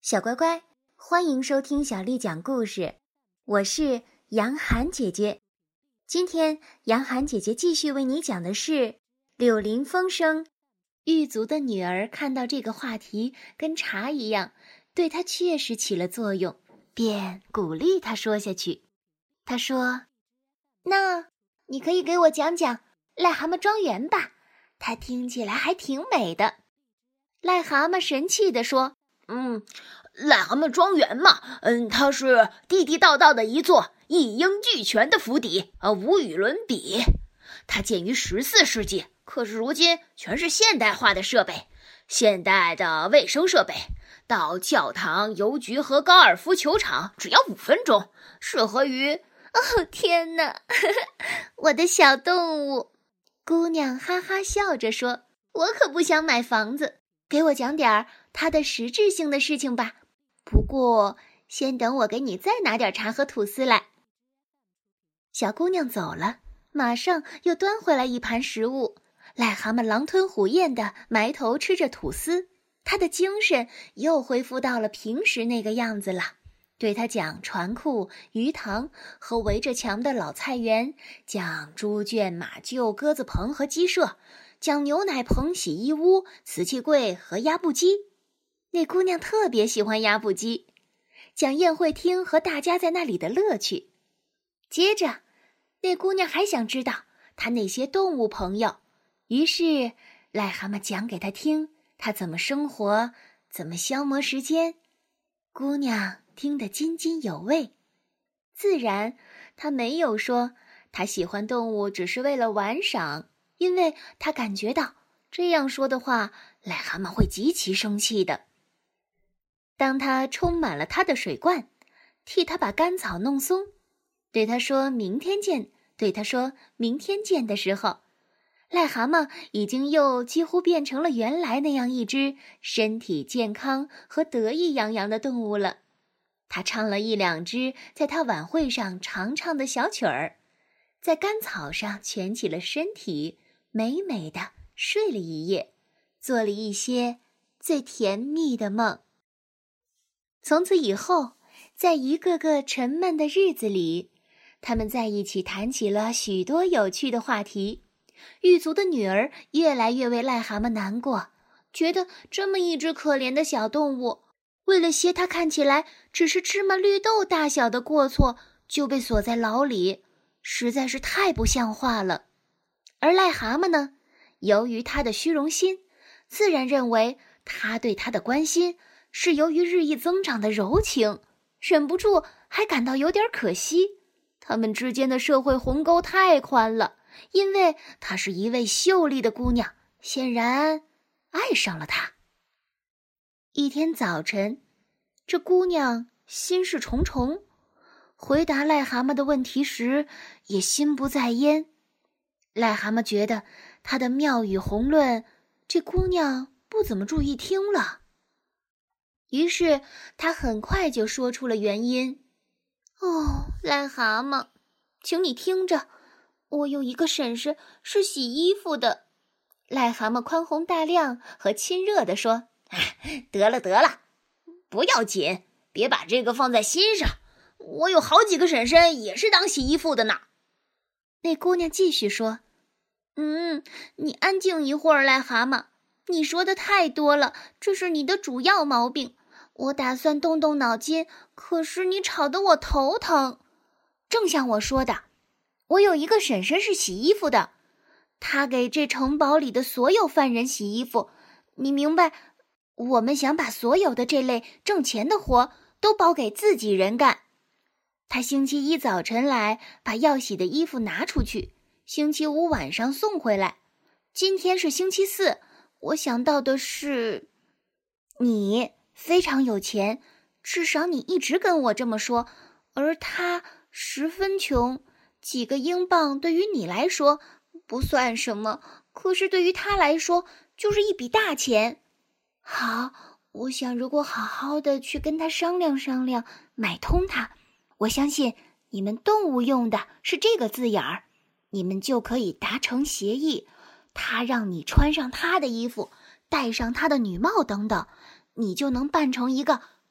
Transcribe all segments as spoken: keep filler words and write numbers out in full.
小乖乖，欢迎收听小丽讲故事，我是杨涵姐姐。今天杨涵姐姐继续为你讲的是柳林风声。狱卒的女儿看到这个话题跟茶一样，对她确实起了作用，便鼓励她说下去。她说：那你可以给我讲讲癞蛤蟆庄园吧，它听起来还挺美的。癞蛤蟆神气地说： 嗯，癞蛤蟆庄园嘛，嗯，它是地地道道的一座一应俱全的府邸，啊，无与伦比。它建于十四世纪，可是如今全是现代化的设备，现代的卫生设备，到教堂、邮局和高尔夫球场只要五分钟，适合于…… 哦，天哪，我的小动物！姑娘哈哈笑着说：我可不想买房子，给我讲点儿它的实质性的事情吧。不过，先等我给你再拿点茶和吐司来。小姑娘走了，马上又端回来一盘食物。癞蛤蟆狼吞虎咽地埋头吃着吐司，他的精神又恢复到了平时那个样子了。对他讲船库、鱼塘和围着墙的老菜园，讲猪圈、马厩、鸽子棚和鸡舍，讲牛奶棚、洗衣屋、瓷器柜和压布机。那姑娘特别喜欢压布机，讲宴会厅和大家在那里的乐趣。接着，那姑娘还想知道她那些动物朋友，于是癞蛤蟆讲给她听，她怎么生活，怎么消磨时间。姑娘听得津津有味。自然，她没有说她喜欢动物只是为了玩赏，因为她感觉到这样说的话，癞蛤蟆会极其生气的。当他充满了他的水罐，替他把干草弄松，对他说明天见，对他说明天见的时候，癞蛤蟆已经又几乎变成了原来那样一只身体健康和得意洋洋的动物了。他唱了一两支在他晚会上常唱的小曲儿，在干草上蜷起了身体，美美的睡了一夜，做了一些最甜蜜的梦。从此以后，在一个个沉闷的日子里，他们在一起谈起了许多有趣的话题。狱卒的女儿越来越为癞蛤蟆难过，觉得这么一只可怜的小动物，为了些它看起来只是芝麻绿豆大小的过错，就被锁在牢里，实在是太不像话了。而癞蛤蟆呢，由于他的虚荣心，自然认为他对他的关心是由于日益增长的柔情，忍不住还感到有点可惜。他们之间的社会鸿沟太宽了，因为她是一位秀丽的姑娘，显然爱上了他。一天早晨，这姑娘心事重重，回答癞蛤蟆的问题时也心不在焉。癞蛤蟆觉得她的妙语宏论，这姑娘不怎么注意听了。于是他很快就说出了原因。哦，癞蛤蟆，请你听着，我有一个婶婶是洗衣服的。癞蛤蟆宽宏大量和亲热地说： 得了得了，不要紧，别把这个放在心上，我有好几个婶婶也是当洗衣服的呢。 那姑娘继续说：嗯，你安静一会儿，癞蛤蟆，你说的太多了，这是你的主要毛病。我打算动动脑筋，可是你吵得我头疼。正像我说的，我有一个婶婶是洗衣服的，她给这城堡里的所有犯人洗衣服。你明白，我们想把所有的这类挣钱的活都包给自己人干。她星期一早晨来，把要洗的衣服拿出去，星期五晚上送回来。今天是星期四，我想到的是，你非常有钱，至少你一直跟我这么说，而他十分穷，几个英镑对于你来说不算什么，可是对于他来说就是一笔大钱。好，我想如果好好的去跟他商量商量，买通他，我相信你们动物用的是这个字眼儿，你们就可以达成协议，他让你穿上他的衣服，戴上他的女帽等等，你就能扮成一个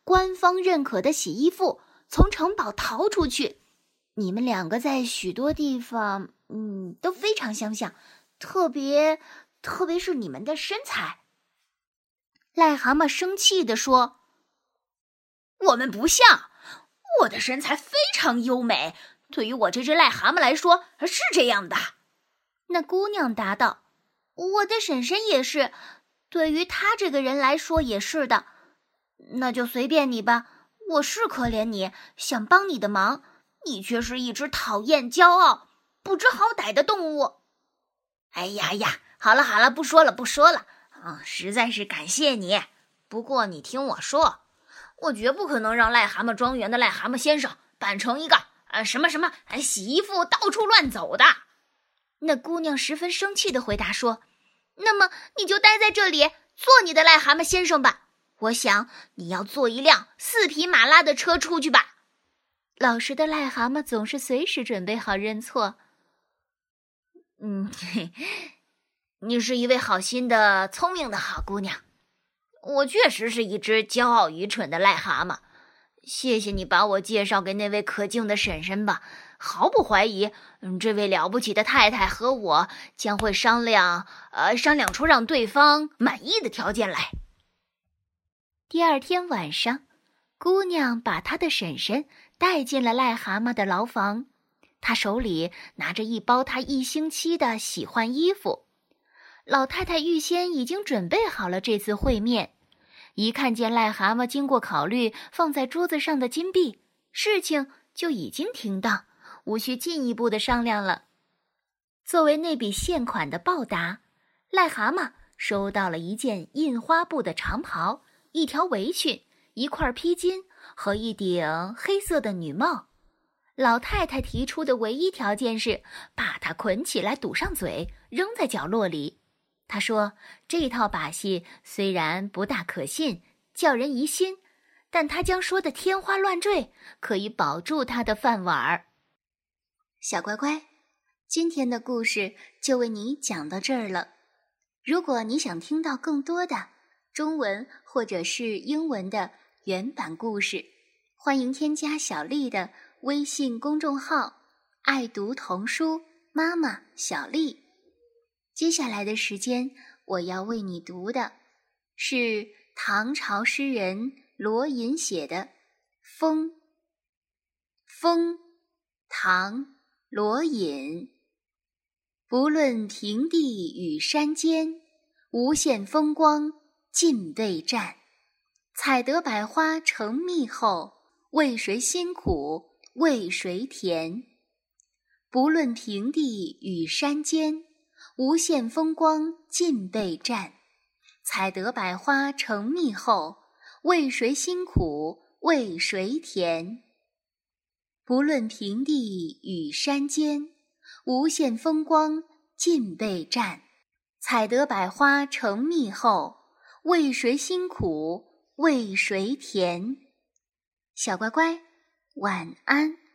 官方认可的洗衣服，从城堡逃出去。你们两个在许多地方，嗯，都非常相像，特别，特别是你们的身材。”癞蛤蟆生气地说：“ 我们不像，我的身材非常优美，对于我这只癞蛤蟆来说是这样的。” 那姑娘答道：“我的婶婶也是，对于她这个人来说也是的。那就随便你吧，我是可怜你，想帮你的忙，你却是一只讨厌、骄傲、不知好歹的动物。” 哎呀呀，好了好了，不说了不说了，嗯，实在是感谢你。不过你听我说，我绝不可能让癞蛤蟆庄园的癞蛤蟆先生扮成一个呃什么什么洗衣服到处乱走的。 那姑娘十分生气地回答说：“那么你就待在这里，做你的癞蛤蟆先生吧。我想你要坐一辆四匹马拉的车出去吧。”老实的癞蛤蟆总是随时准备好认错。 嗯，嘿，你是一位好心的、聪明的好姑娘。我确实是一只骄傲愚蠢的癞蛤蟆。谢谢你把我介绍给那位可敬的婶婶吧。毫不怀疑，嗯，这位了不起的太太和我将会商量，呃，商量出让对方满意的条件来。 第二天晚上，姑娘把她的婶婶带进了癞蛤蟆的牢房。她手里拿着一包她一星期的洗换衣服。老太太预先已经准备好了这次会面。一看见癞蛤蟆经过考虑放在桌子上的金币，事情就已经停当，无需进一步的商量了。作为那笔现款的报答，癞蛤蟆收到了一件印花布的长袍、一条围裙、一块披巾和一顶黑色的女帽。老太太提出的唯一条件是把它捆起来堵上嘴，扔在角落里。她说，这套把戏虽然不大可信，叫人疑心，但她将说的天花乱坠，可以保住她的饭碗儿。小乖乖，今天的故事就为你讲到这儿了。如果你想听到更多的中文或者是英文的原版故事，欢迎添加小丽的微信公众号“爱读童书妈妈小丽”。接下来的时间，我要为你读的是唐朝诗人罗隐写的《风》。风，唐，罗隐。不论平地与山间，无限风光尽被占。采得百花成蜜后，为谁辛苦为谁甜？不论平地与山间，无限风光尽被占。采得百花成蜜后，为谁辛苦为谁甜？不论平地与山间，无限风光尽被占。采得百花成蜜后，为谁辛苦为谁甜？小乖乖，晚安。